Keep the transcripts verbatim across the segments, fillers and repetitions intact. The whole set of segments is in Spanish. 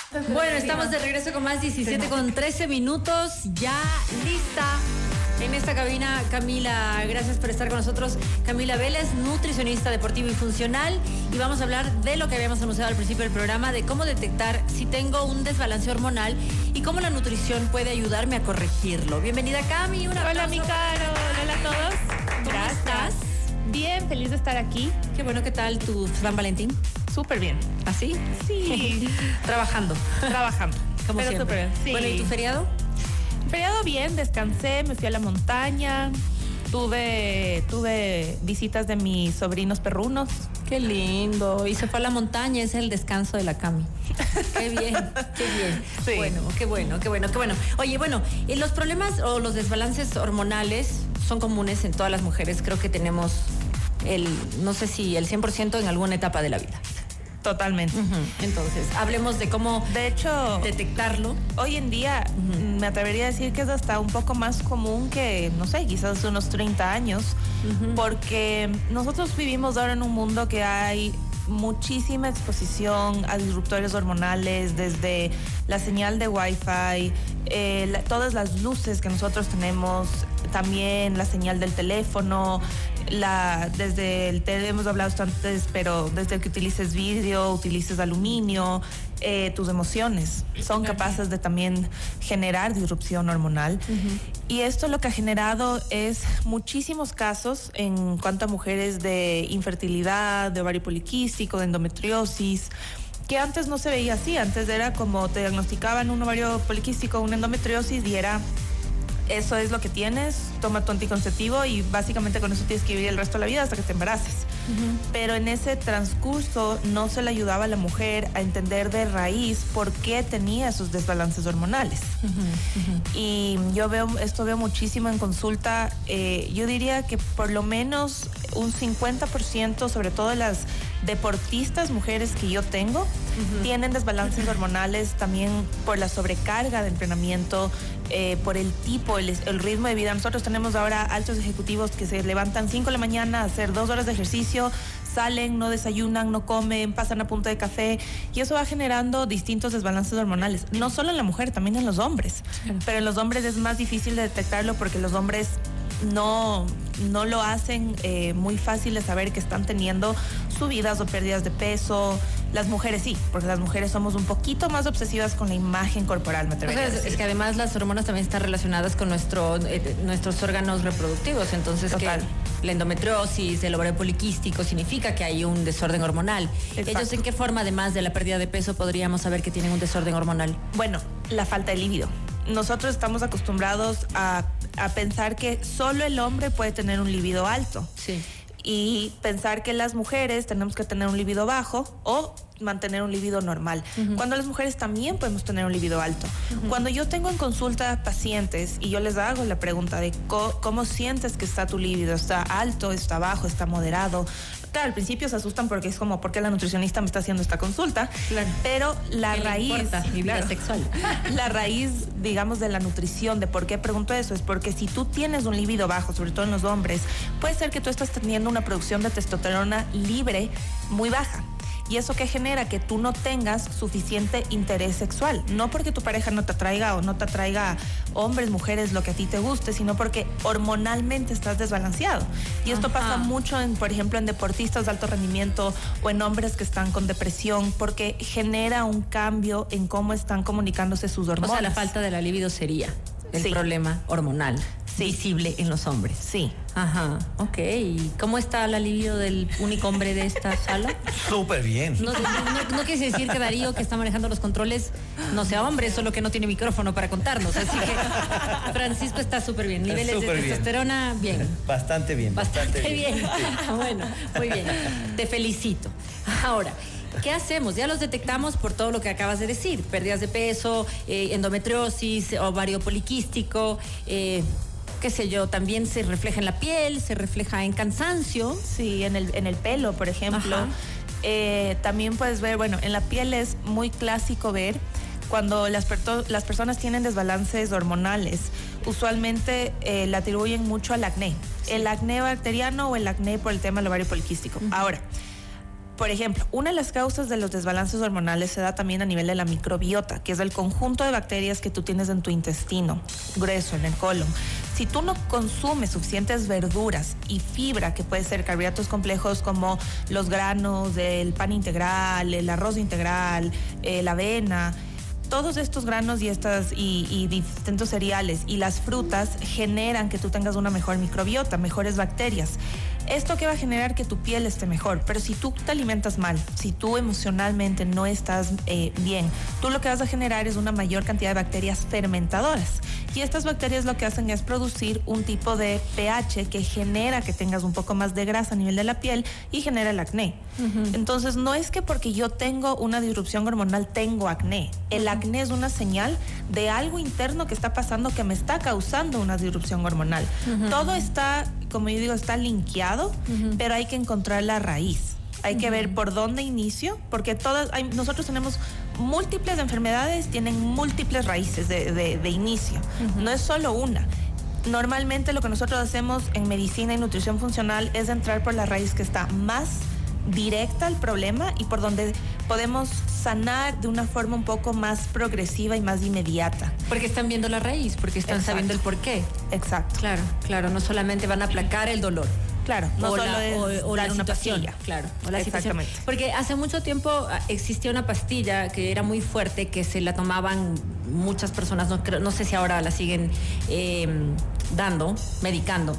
Bueno, estamos de regreso con más diecisiete con trece minutos, ya lista en esta cabina Camila. Gracias por estar con nosotros, Camila Vélez, nutricionista deportiva y funcional, y vamos a hablar de lo que habíamos anunciado al principio del programa, de cómo detectar si tengo un desbalance hormonal y cómo la nutrición puede ayudarme a corregirlo. Bienvenida, Cami. Un hola, mi Caro. Hola a todos. ¿Cómo Gracias. estás? Bien, feliz de estar aquí. Qué bueno. ¿Qué tal tu San Valentín? Súper bien. ¿Así? Sí. Trabajando. Trabajando. Como Pero siempre. súper bien. Sí. Bueno, ¿y tu feriado? Feriado bien, descansé, me fui a la montaña, tuve, tuve visitas de mis sobrinos perrunos. Qué lindo. Y se fue a la montaña, es el descanso de la Cami. Qué bien, qué bien. Sí. Bueno, qué bueno, qué bueno, qué bueno. Oye, bueno, eh, los problemas o los desbalances hormonales son comunes en todas las mujeres. Creo que tenemos el, no sé si el cien por ciento en alguna etapa de la vida. Totalmente. Uh-huh. Entonces, hablemos de cómo de hecho detectarlo. Hoy en día uh-huh. me atrevería a decir que es hasta un poco más común que, no sé, quizás hace unos treinta años, uh-huh. porque nosotros vivimos ahora en un mundo que hay muchísima exposición a disruptores hormonales, desde la señal de Wi-Fi, eh, la, todas las luces que nosotros tenemos, también la señal del teléfono, la, desde el te hemos hablado esto antes, pero desde que utilices vidrio, utilices aluminio, eh, tus emociones son capaces de también generar disrupción hormonal. Uh-huh. Y esto lo que ha generado es muchísimos casos en cuanto a mujeres de infertilidad, de ovario poliquístico, de endometriosis, que antes no se veía así. Antes era como te diagnosticaban un ovario poliquístico, una endometriosis, y era: eso es lo que tienes, toma tu anticonceptivo y básicamente con eso tienes que vivir el resto de la vida hasta que te embaraces. Uh-huh. Pero en ese transcurso no se le ayudaba a la mujer a entender de raíz por qué tenía esos desbalances hormonales. Uh-huh. Uh-huh. Y yo veo esto veo muchísimo en consulta. Eh, yo diría que por lo menos un cincuenta por ciento, sobre todo las deportistas mujeres que yo tengo, uh-huh. tienen desbalances hormonales también por la sobrecarga de entrenamiento, eh, por el tipo, el, el ritmo de vida. Nosotros tenemos ahora altos ejecutivos que se levantan cinco de la mañana a hacer dos horas de ejercicio, salen, no desayunan, no comen, pasan a punto de café, y eso va generando distintos desbalances hormonales, no solo en la mujer, también en los hombres. Sí. Pero en los hombres es más difícil de detectarlo porque los hombres no, no lo hacen eh, muy fácil de saber que están teniendo subidas o pérdidas de peso. Las mujeres sí, porque las mujeres somos un poquito más obsesivas con la imagen corporal, me atrevería a decir. Es que además las hormonas también están relacionadas con nuestro, eh, nuestros órganos reproductivos, entonces Total. que la endometriosis, el ovario poliquístico, significa que hay un desorden hormonal. Exacto. ¿Ellos en qué forma, además de la pérdida de peso, podríamos saber que tienen un desorden hormonal? Bueno, la falta de líbido. Nosotros estamos acostumbrados a, a pensar que solo el hombre puede tener un líbido alto. Sí. Y pensar que las mujeres tenemos que tener un líbido bajo o mantener un líbido normal, uh-huh. cuando las mujeres también podemos tener un líbido alto. Uh-huh. Cuando yo tengo en consulta pacientes y yo les hago la pregunta de co- cómo sientes que está tu líbido, ¿está alto, está bajo, está moderado? Claro, al principio se asustan porque es como, ¿por qué la nutricionista me está haciendo esta consulta? Claro. Pero la ¿Qué raíz, le importa? Mi vida claro, sexual. La raíz, digamos, de la nutrición, de por qué pregunto eso, es porque si tú tienes un líbido bajo, sobre todo en los hombres, puede ser que tú estás teniendo una producción de testosterona libre muy baja. Y eso que genera que tú no tengas suficiente interés sexual. No porque tu pareja no te atraiga o no te atraiga hombres, mujeres, lo que a ti te guste, sino porque hormonalmente estás desbalanceado. Y esto Ajá. pasa mucho, en, por ejemplo, en deportistas de alto rendimiento o en hombres que están con depresión, porque genera un cambio en cómo están comunicándose sus hormonas. O sea, la falta de la libido sería el sí. problema hormonal. Sí. Visible en los hombres. Sí. Ajá, ok. ¿Y cómo está la libido del único hombre de esta sala? Súper bien. No, no, no, no quiere decir que Darío, que está manejando los controles, no sea hombre, solo que no tiene micrófono para contarnos. Así que Francisco está súper bien. Niveles super de testosterona, bien. bien. Bastante bien. Bastante, bastante bien. bien. Sí. Bueno, muy bien. Te felicito. Ahora, ¿qué hacemos? Ya los detectamos por todo lo que acabas de decir. Pérdidas de peso, eh, endometriosis, ovario poliquístico, eh, qué sé yo, también se refleja en la piel, se refleja en cansancio. Sí, en el, en el pelo, por ejemplo. Eh, también puedes ver, bueno, en la piel es muy clásico ver cuando las, per- las personas tienen desbalances hormonales. Usualmente eh, le atribuyen mucho al acné. Sí. El acné bacteriano o el acné por el tema del ovario poliquístico. Uh-huh. Ahora, Por ejemplo, una de las causas de los desbalances hormonales se da también a nivel de la microbiota, que es el conjunto de bacterias que tú tienes en tu intestino grueso, en el colon. Si tú no consumes suficientes verduras y fibra, que puede ser carbohidratos complejos como los granos, el pan integral, el arroz integral, eh, la avena, todos estos granos y estas y, y distintos cereales y las frutas generan que tú tengas una mejor microbiota, mejores bacterias. ¿Esto qué va a generar? Que tu piel esté mejor. Pero si tú te alimentas mal, si tú emocionalmente no estás eh, bien, tú lo que vas a generar es una mayor cantidad de bacterias fermentadoras. Y estas bacterias lo que hacen es producir un tipo de pH que genera que tengas un poco más de grasa a nivel de la piel y genera el acné. Uh-huh. Entonces, no es que porque yo tengo una disrupción hormonal tengo acné. El uh-huh. acné es una señal de algo interno que está pasando que me está causando una disrupción hormonal. Uh-huh. Todo está, como yo digo, está linkeado, uh-huh. pero hay que encontrar la raíz. Hay uh-huh. que ver por dónde inicio, porque todas, hay, nosotros tenemos múltiples enfermedades, tienen múltiples raíces de, de, de inicio. Uh-huh. No es solo una. Normalmente lo que nosotros hacemos en medicina y nutrición funcional es entrar por la raíz que está más directa al problema y por donde podemos sanar de una forma un poco más progresiva y más inmediata. Porque están viendo la raíz, porque están Exacto. sabiendo el porqué. Exacto. Claro, claro, no solamente van a aplacar el dolor. Claro, no o solo la, es o, o dar la una situación, pastilla. Claro, o la Exactamente. Situación. Porque hace mucho tiempo existía una pastilla que era muy fuerte, que se la tomaban muchas personas, no, creo, no sé si ahora la siguen eh, dando, medicando.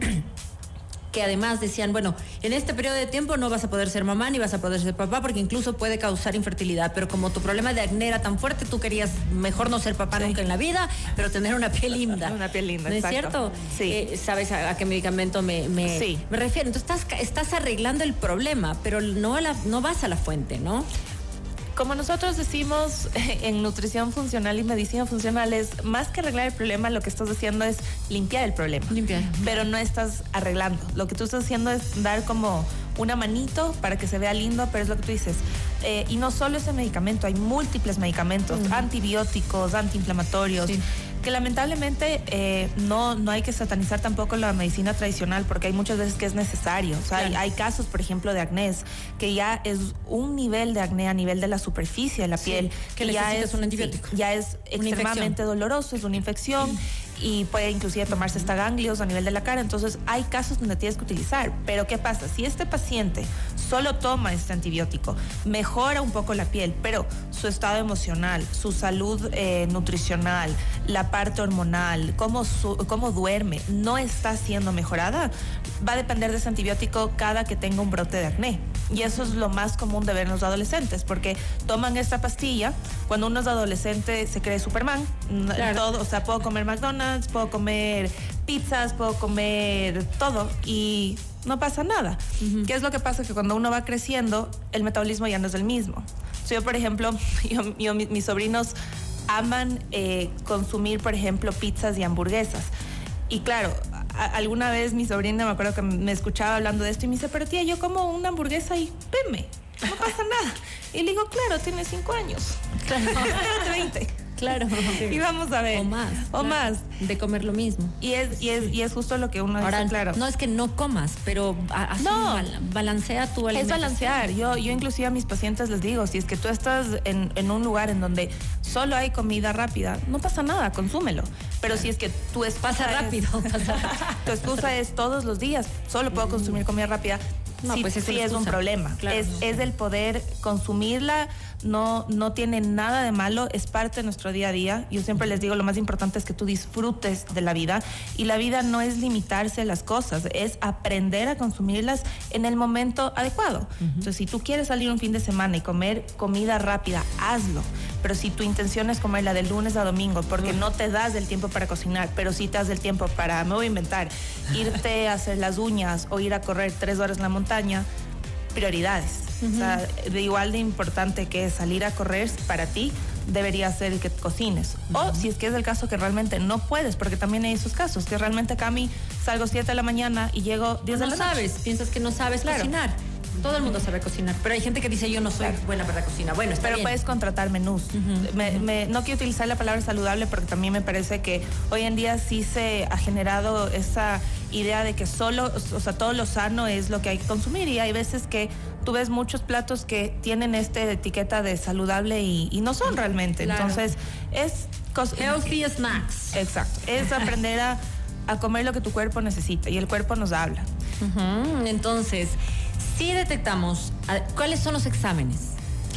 Que además decían, bueno, en este periodo de tiempo no vas a poder ser mamá ni vas a poder ser papá porque incluso puede causar infertilidad, pero como tu problema de acné era tan fuerte, tú querías mejor no ser papá sí. nunca en la vida, pero tener una piel linda. Una piel linda, ¿no exacto. es cierto? Sí. Eh, ¿Sabes a, a qué medicamento me, me, sí. me refiero? Entonces estás, estás arreglando el problema, pero no, a la, no vas a la fuente, ¿no? Como nosotros decimos en nutrición funcional y medicina funcional, es más que arreglar el problema, lo que estás haciendo es limpiar el problema. Limpiar. Pero no estás arreglando. Lo que tú estás haciendo es dar como una manito para que se vea lindo, pero es lo que tú dices. Eh, y no solo ese medicamento, hay múltiples medicamentos, uh-huh. antibióticos, antiinflamatorios, sí. que lamentablemente eh, no, no hay que satanizar tampoco la medicina tradicional porque hay muchas veces que es necesario. O sea, claro. hay, hay casos, por ejemplo, de acné, que ya es un nivel de acné a nivel de la superficie de la sí, piel. Que ya es un antibiótico. Sí, ya es extremadamente doloroso, es una infección. Mm. Y puede inclusive tomarse hasta ganglios a nivel de la cara. Entonces hay casos donde tienes que utilizar. Pero ¿qué pasa? Si este paciente solo toma este antibiótico, mejora un poco la piel, pero su estado emocional, su salud eh, nutricional, la parte hormonal, cómo, su, cómo duerme, no está siendo mejorada, va a depender de ese antibiótico cada que tenga un brote de acné. Y eso es lo más común de ver en los adolescentes, porque toman esta pastilla, cuando uno es adolescente se cree Superman, claro. todo, o sea, puedo comer McDonald's, puedo comer pizzas, puedo comer todo y no pasa nada. Uh-huh. ¿Qué es lo que pasa? Que cuando uno va creciendo, el metabolismo ya no es el mismo. So, yo, por ejemplo, yo, yo, mis, mis sobrinos aman eh, consumir, por ejemplo, pizzas y hamburguesas. Y claro, a, alguna vez mi sobrina, me acuerdo que me escuchaba hablando de esto y me dice, pero tía, yo como una hamburguesa y veme, no pasa nada. Y le digo, claro, tienes cinco años. Claro. veinte. Claro. Y vamos a ver. O más. O claro. más. De comer lo mismo. Y es, y es, y es justo lo que uno Ahora, dice, claro. No es que no comas, pero haz no. Bal- balancea tu alimentación. Es balancear. Yo, yo inclusive a mis pacientes les digo, si es que tú estás en, en un lugar en donde solo hay comida rápida, no pasa nada, consúmelo. Pero claro. si es que tu excusa pasa rápido, es, pasa rápido. Tu excusa es todos los días, solo puedo consumir comida rápida. No, sí, pues sí es un problema. Claro. Es, es el poder consumirla, no, no tiene nada de malo, es parte de nuestro día a día. Yo siempre les digo, lo más importante es que tú disfrutes de la vida y la vida no es limitarse a las cosas, es aprender a consumirlas en el momento adecuado. Uh-huh. Entonces, si tú quieres salir un fin de semana y comer comida rápida, hazlo. Pero si tu intención es comerla de lunes a domingo porque uh-huh. no te das el tiempo para cocinar, pero sí te das el tiempo para, me voy a inventar, irte a hacer las uñas o ir a correr tres horas en la montaña, prioridades. Uh-huh. O sea, de igual de importante que salir a correr para ti, debería ser el que cocines. Uh-huh. O si es que es el caso que realmente no puedes, porque también hay esos casos, que realmente, Cami, salgo siete de la mañana y llego diez no de la noche. No sabes, piensas que no sabes claro. cocinar. Todo el mundo sabe cocinar, pero hay gente que dice yo no soy claro. buena para la cocina. Bueno, está pero bien. puedes contratar menús. Uh-huh. Me, me, no quiero utilizar la palabra saludable porque también me parece que hoy en día sí se ha generado esa idea de que solo, o sea, todo lo sano es lo que hay que consumir y hay veces que tú ves muchos platos que tienen esta etiqueta de saludable y, y no son realmente. Claro. Entonces, es... Healthy snacks. Exacto. Es aprender a, a comer lo que tu cuerpo necesita y el cuerpo nos habla. Uh-huh. Entonces, si detectamos, ¿cuáles son los exámenes?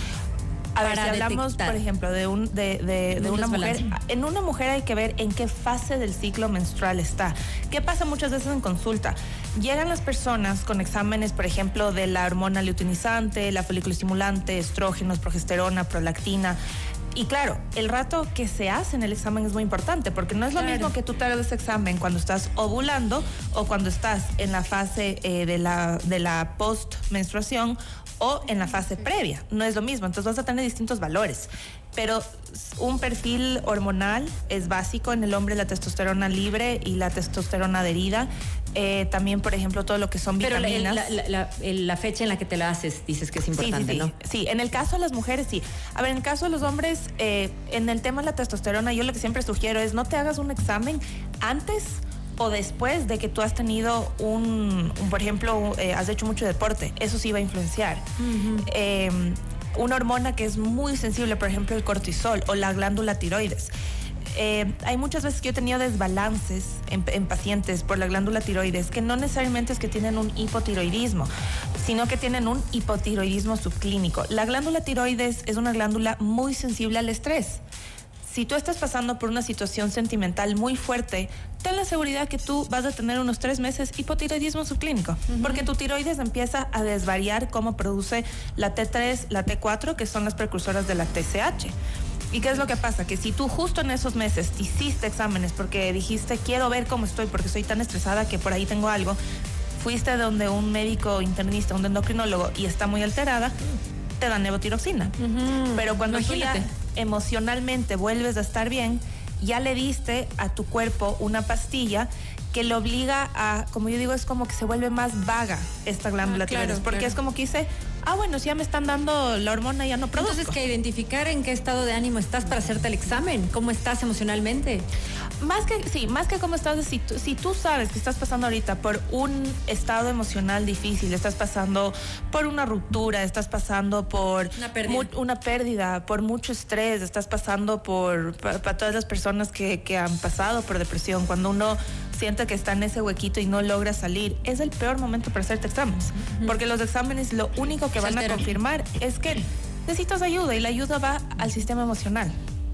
A ver, si hablamos, detectar. por ejemplo, de, un, de, de, de una mujer, en una mujer hay que ver en qué fase del ciclo menstrual está. ¿Qué pasa muchas veces en consulta? Llegan las personas con exámenes, por ejemplo, de la hormona luteinizante, la folículo estimulante, estrógenos, progesterona, prolactina. Y claro, el rato que se hace en el examen es muy importante, porque no es lo claro. mismo que tú te hagas ese examen cuando estás ovulando o cuando estás en la fase eh, de la, de la post-menstruación o en la fase previa. No es lo mismo, entonces vas a tener distintos valores. Pero un perfil hormonal es básico en el hombre, la testosterona libre y la testosterona adherida. Eh, también, por ejemplo, todo lo que son vitaminas. Pero la, la, la, la fecha en la que te la haces, dices que es importante, sí, sí, sí. ¿no? Sí, en el caso de las mujeres, sí. A ver, en el caso de los hombres, eh, en el tema de la testosterona, yo lo que siempre sugiero es no te hagas un examen antes o después de que tú has tenido un, un por ejemplo, eh, has hecho mucho deporte. Eso sí va a influenciar. Uh-huh. Eh, una hormona que es muy sensible, por ejemplo, el cortisol o la glándula tiroides. Eh, hay muchas veces que yo he tenido desbalances en, en pacientes por la glándula tiroides que no necesariamente es que tienen un hipotiroidismo, sino que tienen un hipotiroidismo subclínico. La glándula tiroides es una glándula muy sensible al estrés. Si tú estás pasando por una situación sentimental muy fuerte, ten la seguridad que tú vas a tener unos tres meses hipotiroidismo subclínico, uh-huh. porque tu tiroides empieza a desvariar cómo produce la T tres, la T cuatro, que son las precursoras de la T S H. ¿Y qué es lo que pasa? Que si tú justo en esos meses te hiciste exámenes porque dijiste, quiero ver cómo estoy porque estoy tan estresada que por ahí tengo algo, fuiste donde un médico internista, un endocrinólogo y está muy alterada, te dan levotiroxina. Uh-huh. Pero cuando Imagínate. tú ya emocionalmente vuelves a estar bien, ya le diste a tu cuerpo una pastilla que le obliga a, como yo digo, es como que se vuelve más vaga esta glándula ah, claro, tiroides, porque claro. es como que dice, ah, bueno, si ya me están dando la hormona, ya no produzco. Entonces, que identificar en qué estado de ánimo estás para hacerte el examen, cómo estás emocionalmente. Más que, sí, más que cómo estás, si tú, si tú sabes que estás pasando ahorita por un estado emocional difícil, estás pasando por una ruptura, estás pasando por una pérdida, mu, una pérdida por mucho estrés, estás pasando por, para, para todas las personas que, que han pasado por depresión, cuando uno siente que está en ese huequito y no logra salir, es el peor momento para hacerte exámenes, uh-huh. porque los exámenes lo único que van a confirmar es que necesitas ayuda y la ayuda va al sistema emocional.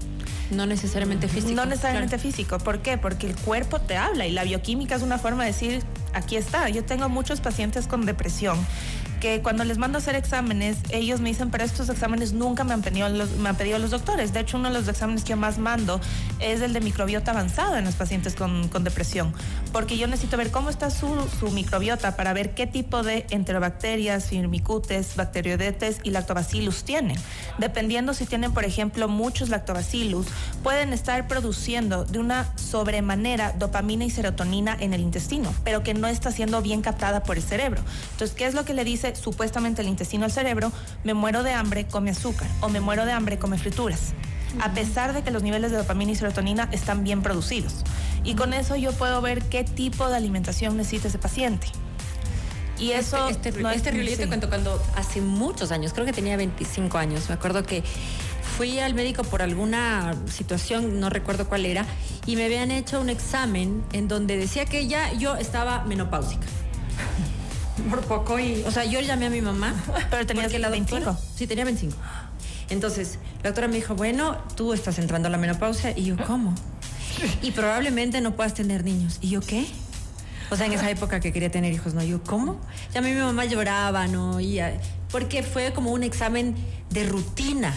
No necesariamente físico. No necesariamente claro. físico. ¿Por qué? Porque el cuerpo te habla y la bioquímica es una forma de decir, aquí está. Yo tengo muchos pacientes con depresión que cuando les mando a hacer exámenes, ellos me dicen, pero estos exámenes nunca me han pedido los, me han pedido los doctores. De hecho, uno de los exámenes que yo más mando es el de microbiota avanzada en los pacientes con, con depresión, porque yo necesito ver cómo está su, su microbiota para ver qué tipo de enterobacterias, firmicutes, bacteroidetes y lactobacillus tienen. Dependiendo si tienen, por ejemplo, muchos lactobacillus, pueden estar produciendo de una sobremanera dopamina y serotonina en el intestino, pero que no está siendo bien captada por el cerebro. Entonces, ¿qué es lo que le dice supuestamente el intestino al cerebro? Me muero de hambre, come azúcar, o me muero de hambre, come frituras, uh-huh. a pesar de que los niveles de dopamina y serotonina están bien producidos. Y con eso yo puedo ver qué tipo de alimentación necesita ese paciente. Y eso este, este, no este es río, yo te cuento cuando hace muchos años, creo que tenía veinticinco años, me acuerdo que fui al médico por alguna situación, no recuerdo cuál era, y me habían hecho un examen en donde decía que ya yo estaba menopáusica. Por poco y... O sea, yo llamé a mi mamá. Pero tenías la veinticinco. Doctora, sí, tenía veinticinco. Entonces, la doctora me dijo, bueno, tú estás entrando a la menopausia. Y yo, ¿cómo? Y probablemente no puedas tener niños. Y yo, ¿qué? O sea, en esa época que quería tener hijos, ¿no? Yo, ¿cómo? Ya a mí mi mamá lloraba, ¿no? Y, porque fue como un examen de rutina.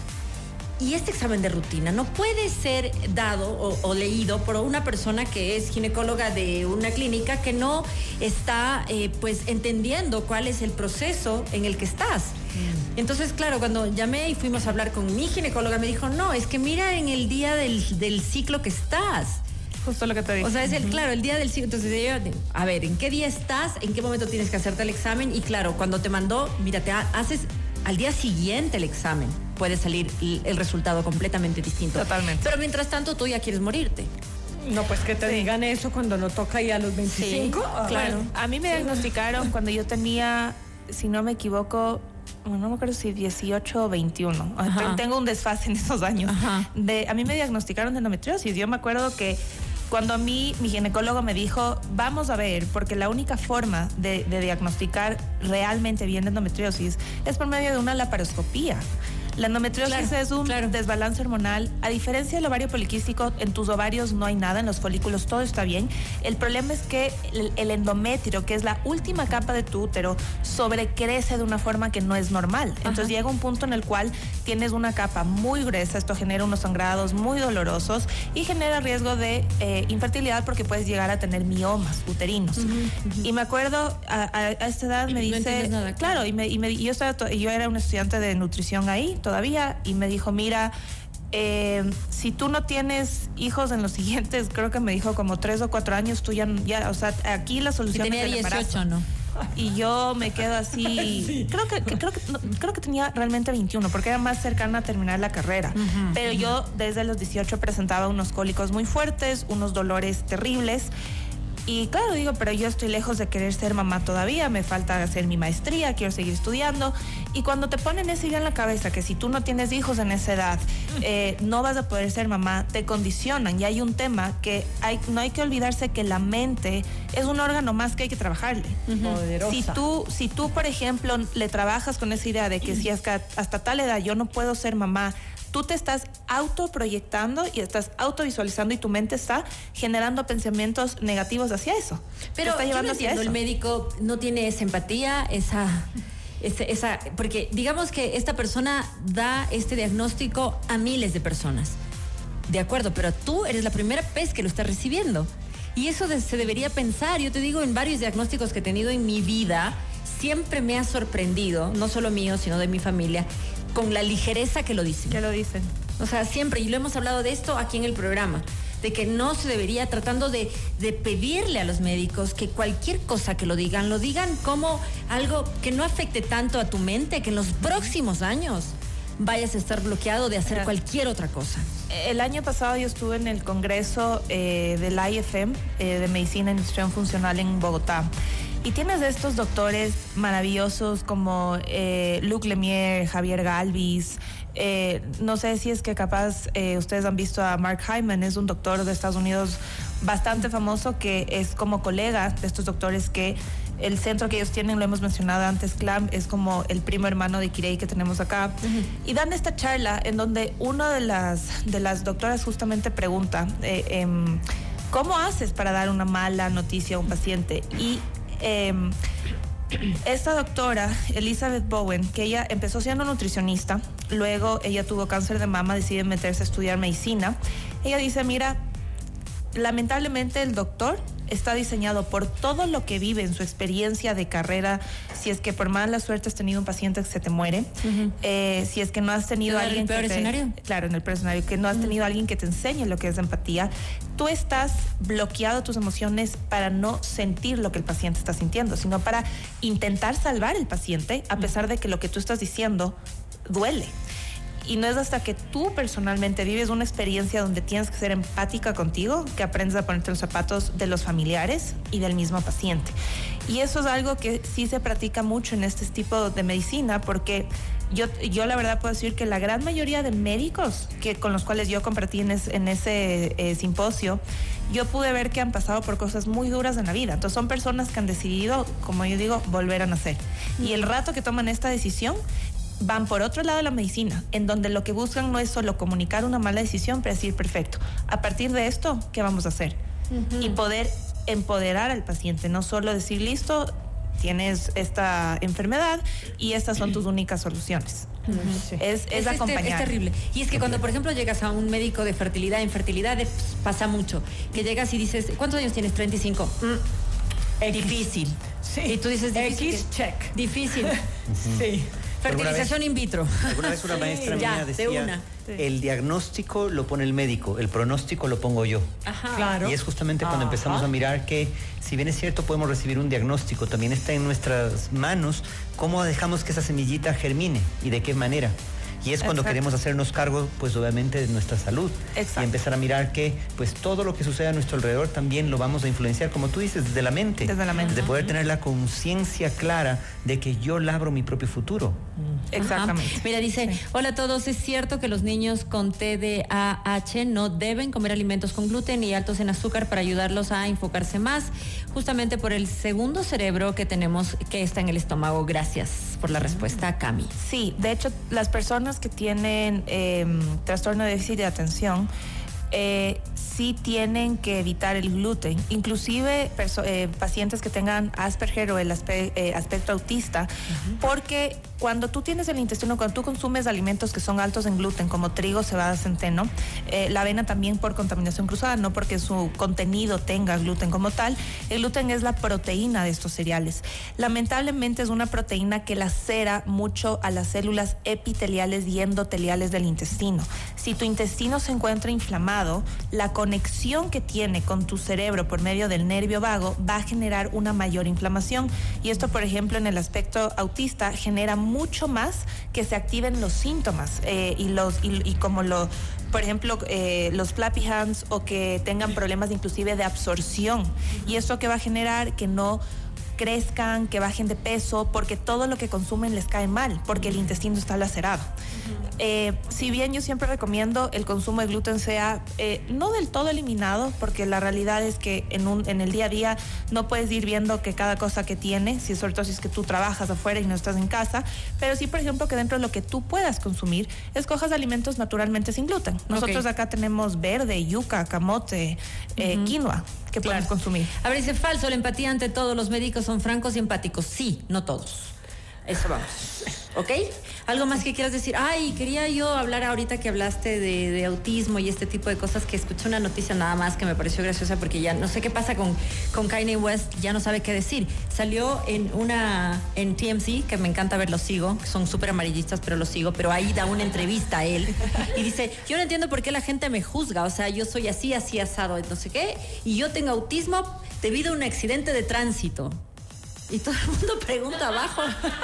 Y este examen de rutina no puede ser dado o, o leído por una persona que es ginecóloga de una clínica que no está eh, pues entendiendo cuál es el proceso en el que estás. Mm. Entonces, claro, cuando llamé y fuimos a hablar con mi ginecóloga, me dijo, no, es que mira en el día del, del ciclo que estás. Justo lo que te dije. O sea, es el, claro, el día del ciclo. Entonces, yo, a ver, ¿en qué día estás? ¿En qué momento tienes que hacerte el examen? Y claro, cuando te mandó, mira, te haces al día siguiente el examen, puede salir el resultado completamente distinto. Totalmente. Pero mientras tanto, tú ya quieres morirte. No, pues que te sí. digan eso cuando no toca ya a los veinticinco. Sí, claro. A mí me diagnosticaron cuando yo tenía si no me equivoco, bueno, no me acuerdo si dieciocho o veintiuno. Ajá. Tengo un desfase en esos años. De, a mí me diagnosticaron de endometriosis. Yo me acuerdo que cuando a mí mi ginecólogo me dijo, vamos a ver, porque la única forma de, de diagnosticar realmente bien endometriosis es por medio de una laparoscopía. La endometriosis claro, es un claro. desbalance hormonal. A diferencia del ovario poliquístico, en tus ovarios no hay nada, en los folículos todo está bien. El problema es que el, el endometrio, que es la última capa de tu útero, sobrecrece de una forma que no es normal. Entonces Ajá. llega un punto en el cual tienes una capa muy gruesa, esto genera unos sangrados muy dolorosos y genera riesgo de eh, infertilidad porque puedes llegar a tener miomas uterinos. Uh-huh, uh-huh. Y me acuerdo, a, a, a esta edad me dice... No nada, claro, claro, y, me, y, me, y yo, estaba, yo era una estudiante de nutrición ahí, todavía, y me dijo, mira, eh, si tú no tienes hijos en los siguientes, creo que me dijo como tres o cuatro años, tú ya, ya o sea, aquí la solución tenía es el embarazo. dieciocho, ¿no? Y yo me quedo así, sí. creo que, que creo que no, creo que tenía realmente veintiuno, porque era más cercana a terminar la carrera. Uh-huh, Pero uh-huh. yo desde los dieciocho presentaba unos cólicos muy fuertes, unos dolores terribles. Y claro, digo, pero yo estoy lejos de querer ser mamá todavía, me falta hacer mi maestría, quiero seguir estudiando. Y cuando te ponen esa idea en la cabeza que si tú no tienes hijos en esa edad, eh, no vas a poder ser mamá, te condicionan. Y hay un tema que hay, no hay que olvidarse que la mente es un órgano más que hay que trabajarle. Uh-huh. Si tú, si tú, por ejemplo, le trabajas con esa idea de que si hasta, hasta tal edad yo no puedo ser mamá, tú te estás autoproyectando y estás autovisualizando y tu mente está generando pensamientos negativos hacia eso. Pero está llevando yo no entiendo, el médico no tiene esa empatía, esa, esa, esa, porque digamos que esta persona da este diagnóstico a miles de personas. De acuerdo, pero tú eres la primera vez que lo estás recibiendo. Y eso de, se debería pensar. Yo te digo, en varios diagnósticos que he tenido en mi vida, siempre me ha sorprendido, no solo mío, sino de mi familia, con la ligereza que lo dicen. Que lo dicen. O sea, siempre, y lo hemos hablado de esto aquí en el programa, de que no se debería, tratando de, de pedirle a los médicos que cualquier cosa que lo digan, lo digan como algo que no afecte tanto a tu mente, que en los próximos años vayas a estar bloqueado de hacer cualquier otra cosa. El año pasado yo estuve en el congreso eh, del I F M, eh, de Medicina y Nutrición Funcional en Bogotá. Y tienes de estos doctores maravillosos como eh, Luc Lemier, Javier Galvis. Eh, no sé si es que capaz eh, ustedes han visto a Mark Hyman, es un doctor de Estados Unidos bastante famoso que es como colega de estos doctores que el centro que ellos tienen, lo hemos mencionado antes, C L A M, es como el primo hermano de Kirei que tenemos acá. Uh-huh. Y dan esta charla en donde una de las, de las doctoras justamente pregunta, eh, eh, ¿cómo haces para dar una mala noticia a un paciente? Y Eh, esta doctora, Elizabeth Bowen, que ella empezó siendo nutricionista, luego ella tuvo cáncer de mama, decide meterse a estudiar medicina. Ella dice, mira, lamentablemente el doctor está diseñado por todo lo que vive en su experiencia de carrera. Si es que por mala suerte has tenido un paciente que se te muere, uh-huh. eh, si es que no has tenido ¿En alguien el peor que te, escenario? Claro, en el peor escenario, que no has uh-huh. tenido alguien que te enseñe lo que es empatía, tú estás bloqueado tus emociones para no sentir lo que el paciente está sintiendo, sino para intentar salvar al paciente a pesar de que lo que tú estás diciendo duele. Y no es hasta que tú personalmente vives una experiencia donde tienes que ser empática contigo que aprendes a ponerte los zapatos de los familiares y del mismo paciente. Y eso es algo que sí se practica mucho en este tipo de medicina, porque yo, yo la verdad puedo decir que la gran mayoría de médicos que, con los cuales yo compartí en, es, en ese eh, simposio, yo pude ver que han pasado por cosas muy duras en la vida. Entonces son personas que han decidido, como yo digo, volver a nacer. Y el rato que toman esta decisión, van por otro lado de la medicina, en donde lo que buscan no es solo comunicar una mala decisión, pero decir, perfecto, a partir de esto, ¿qué vamos a hacer? Uh-huh. Y poder empoderar al paciente, no solo decir, listo, tienes esta enfermedad y estas son tus únicas soluciones. Uh-huh. Sí. Es, es, es acompañar. Es terrible. Y es que cuando, por ejemplo, llegas a un médico de fertilidad, en fertilidad pues, pasa mucho, que llegas y dices, ¿cuántos años tienes? treinta y cinco. Mm. Difícil. Sí. Y tú dices, difícil. X, check. Difícil. Uh-huh. Sí. Fertilización in vitro. Alguna vez una maestra sí, mía ya, decía, de una. el diagnóstico lo pone el médico, el pronóstico lo pongo yo. Ajá. Claro. Y es justamente cuando Ajá. empezamos a mirar que, si bien es cierto, podemos recibir un diagnóstico, también está en nuestras manos cómo dejamos que esa semillita germine y de qué manera. Y es cuando Exacto. queremos hacernos cargo, pues obviamente, de nuestra salud. Exacto. Y empezar a mirar que, pues todo lo que sucede a nuestro alrededor también lo vamos a influenciar, como tú dices, desde la mente. Desde la mente. De poder tener la conciencia clara de que yo labro mi propio futuro. Exactamente. Ajá. Mira, dice, Sí. hola a todos, es cierto que los niños con T D A H no deben comer alimentos con gluten y altos en azúcar para ayudarlos a enfocarse más, justamente por el segundo cerebro que tenemos que está en el estómago. Gracias por la respuesta, Cami. Sí, de hecho, las personas que tienen eh, trastorno de déficit de atención eh, sí tienen que evitar el gluten. Inclusive perso- eh, pacientes que tengan Asperger o el aspe- eh, aspecto autista, uh-huh. porque cuando tú tienes el intestino, cuando tú consumes alimentos que son altos en gluten, como trigo, cebada, centeno, eh, la avena también por contaminación cruzada, no porque su contenido tenga gluten como tal. El gluten es la proteína de estos cereales. Lamentablemente es una proteína que lacera mucho a las células epiteliales y endoteliales del intestino. Si tu intestino se encuentra inflamado, la conexión que tiene con tu cerebro por medio del nervio vago va a generar una mayor inflamación. Y esto, por ejemplo, en el aspecto autista, genera mucho más que se activen los síntomas eh, y los y, y como lo por ejemplo eh, los flappy hands, o que tengan problemas inclusive de absorción. Y esto que va a generar que no crezcan, que bajen de peso, porque todo lo que consumen les cae mal, porque el intestino está lacerado. Uh-huh. Eh, si bien yo siempre recomiendo el consumo de gluten sea eh, no del todo eliminado, porque la realidad es que en, un, en el día a día no puedes ir viendo que cada cosa que tiene, si sobre todo si es que tú trabajas afuera y no estás en casa, pero sí, por ejemplo, que dentro de lo que tú puedas consumir, escojas alimentos naturalmente sin gluten. Nosotros okay. acá tenemos verde, yuca, camote, eh, uh-huh. quinoa, que claro. podemos consumir. A ver, dice falso, la empatía ante todo, los médicos son francos y empáticos. Sí, no todos. Eso vamos. ¿Ok? ¿Algo más que quieras decir? Ay, quería yo hablar ahorita que hablaste de, de autismo y este tipo de cosas, que escuché una noticia nada más que me pareció graciosa, porque ya no sé qué pasa con, con Kanye West, ya no sabe qué decir. Salió en una, en T M Z, que me encanta ver, los sigo, que son súper amarillistas, pero los sigo, pero ahí da una entrevista a él y dice, yo no entiendo por qué la gente me juzga, o sea, yo soy así, así asado, no sé qué, y yo tengo autismo debido a un accidente de tránsito. Y todo el mundo pregunta abajo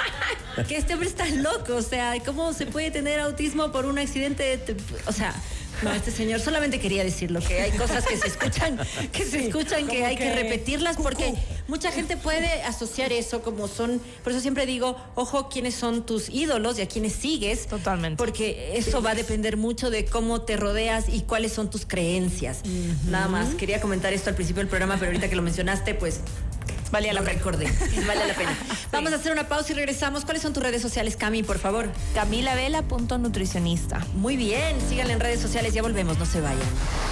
que este hombre está loco, o sea, ¿cómo se puede tener autismo por un accidente? De, o sea, no, este señor solamente quería decirlo, que hay cosas que se escuchan, que se escuchan, que hay que, que repetirlas, porque mucha gente puede asociar eso como son, por eso siempre digo, ojo, quiénes son tus ídolos y a quiénes sigues. Totalmente. Porque eso sí. va a depender mucho de cómo te rodeas y cuáles son tus creencias. Uh-huh. Nada más, quería comentar esto al principio del programa, pero ahorita que lo mencionaste, pues valía la pena. Recordé. Vale la pena. Sí. Vamos a hacer una pausa y regresamos. ¿Cuáles son tus redes sociales, Cami, por favor? Camila Vela punto nutricionista. Muy bien, síganla en redes sociales, ya volvemos, no se vayan.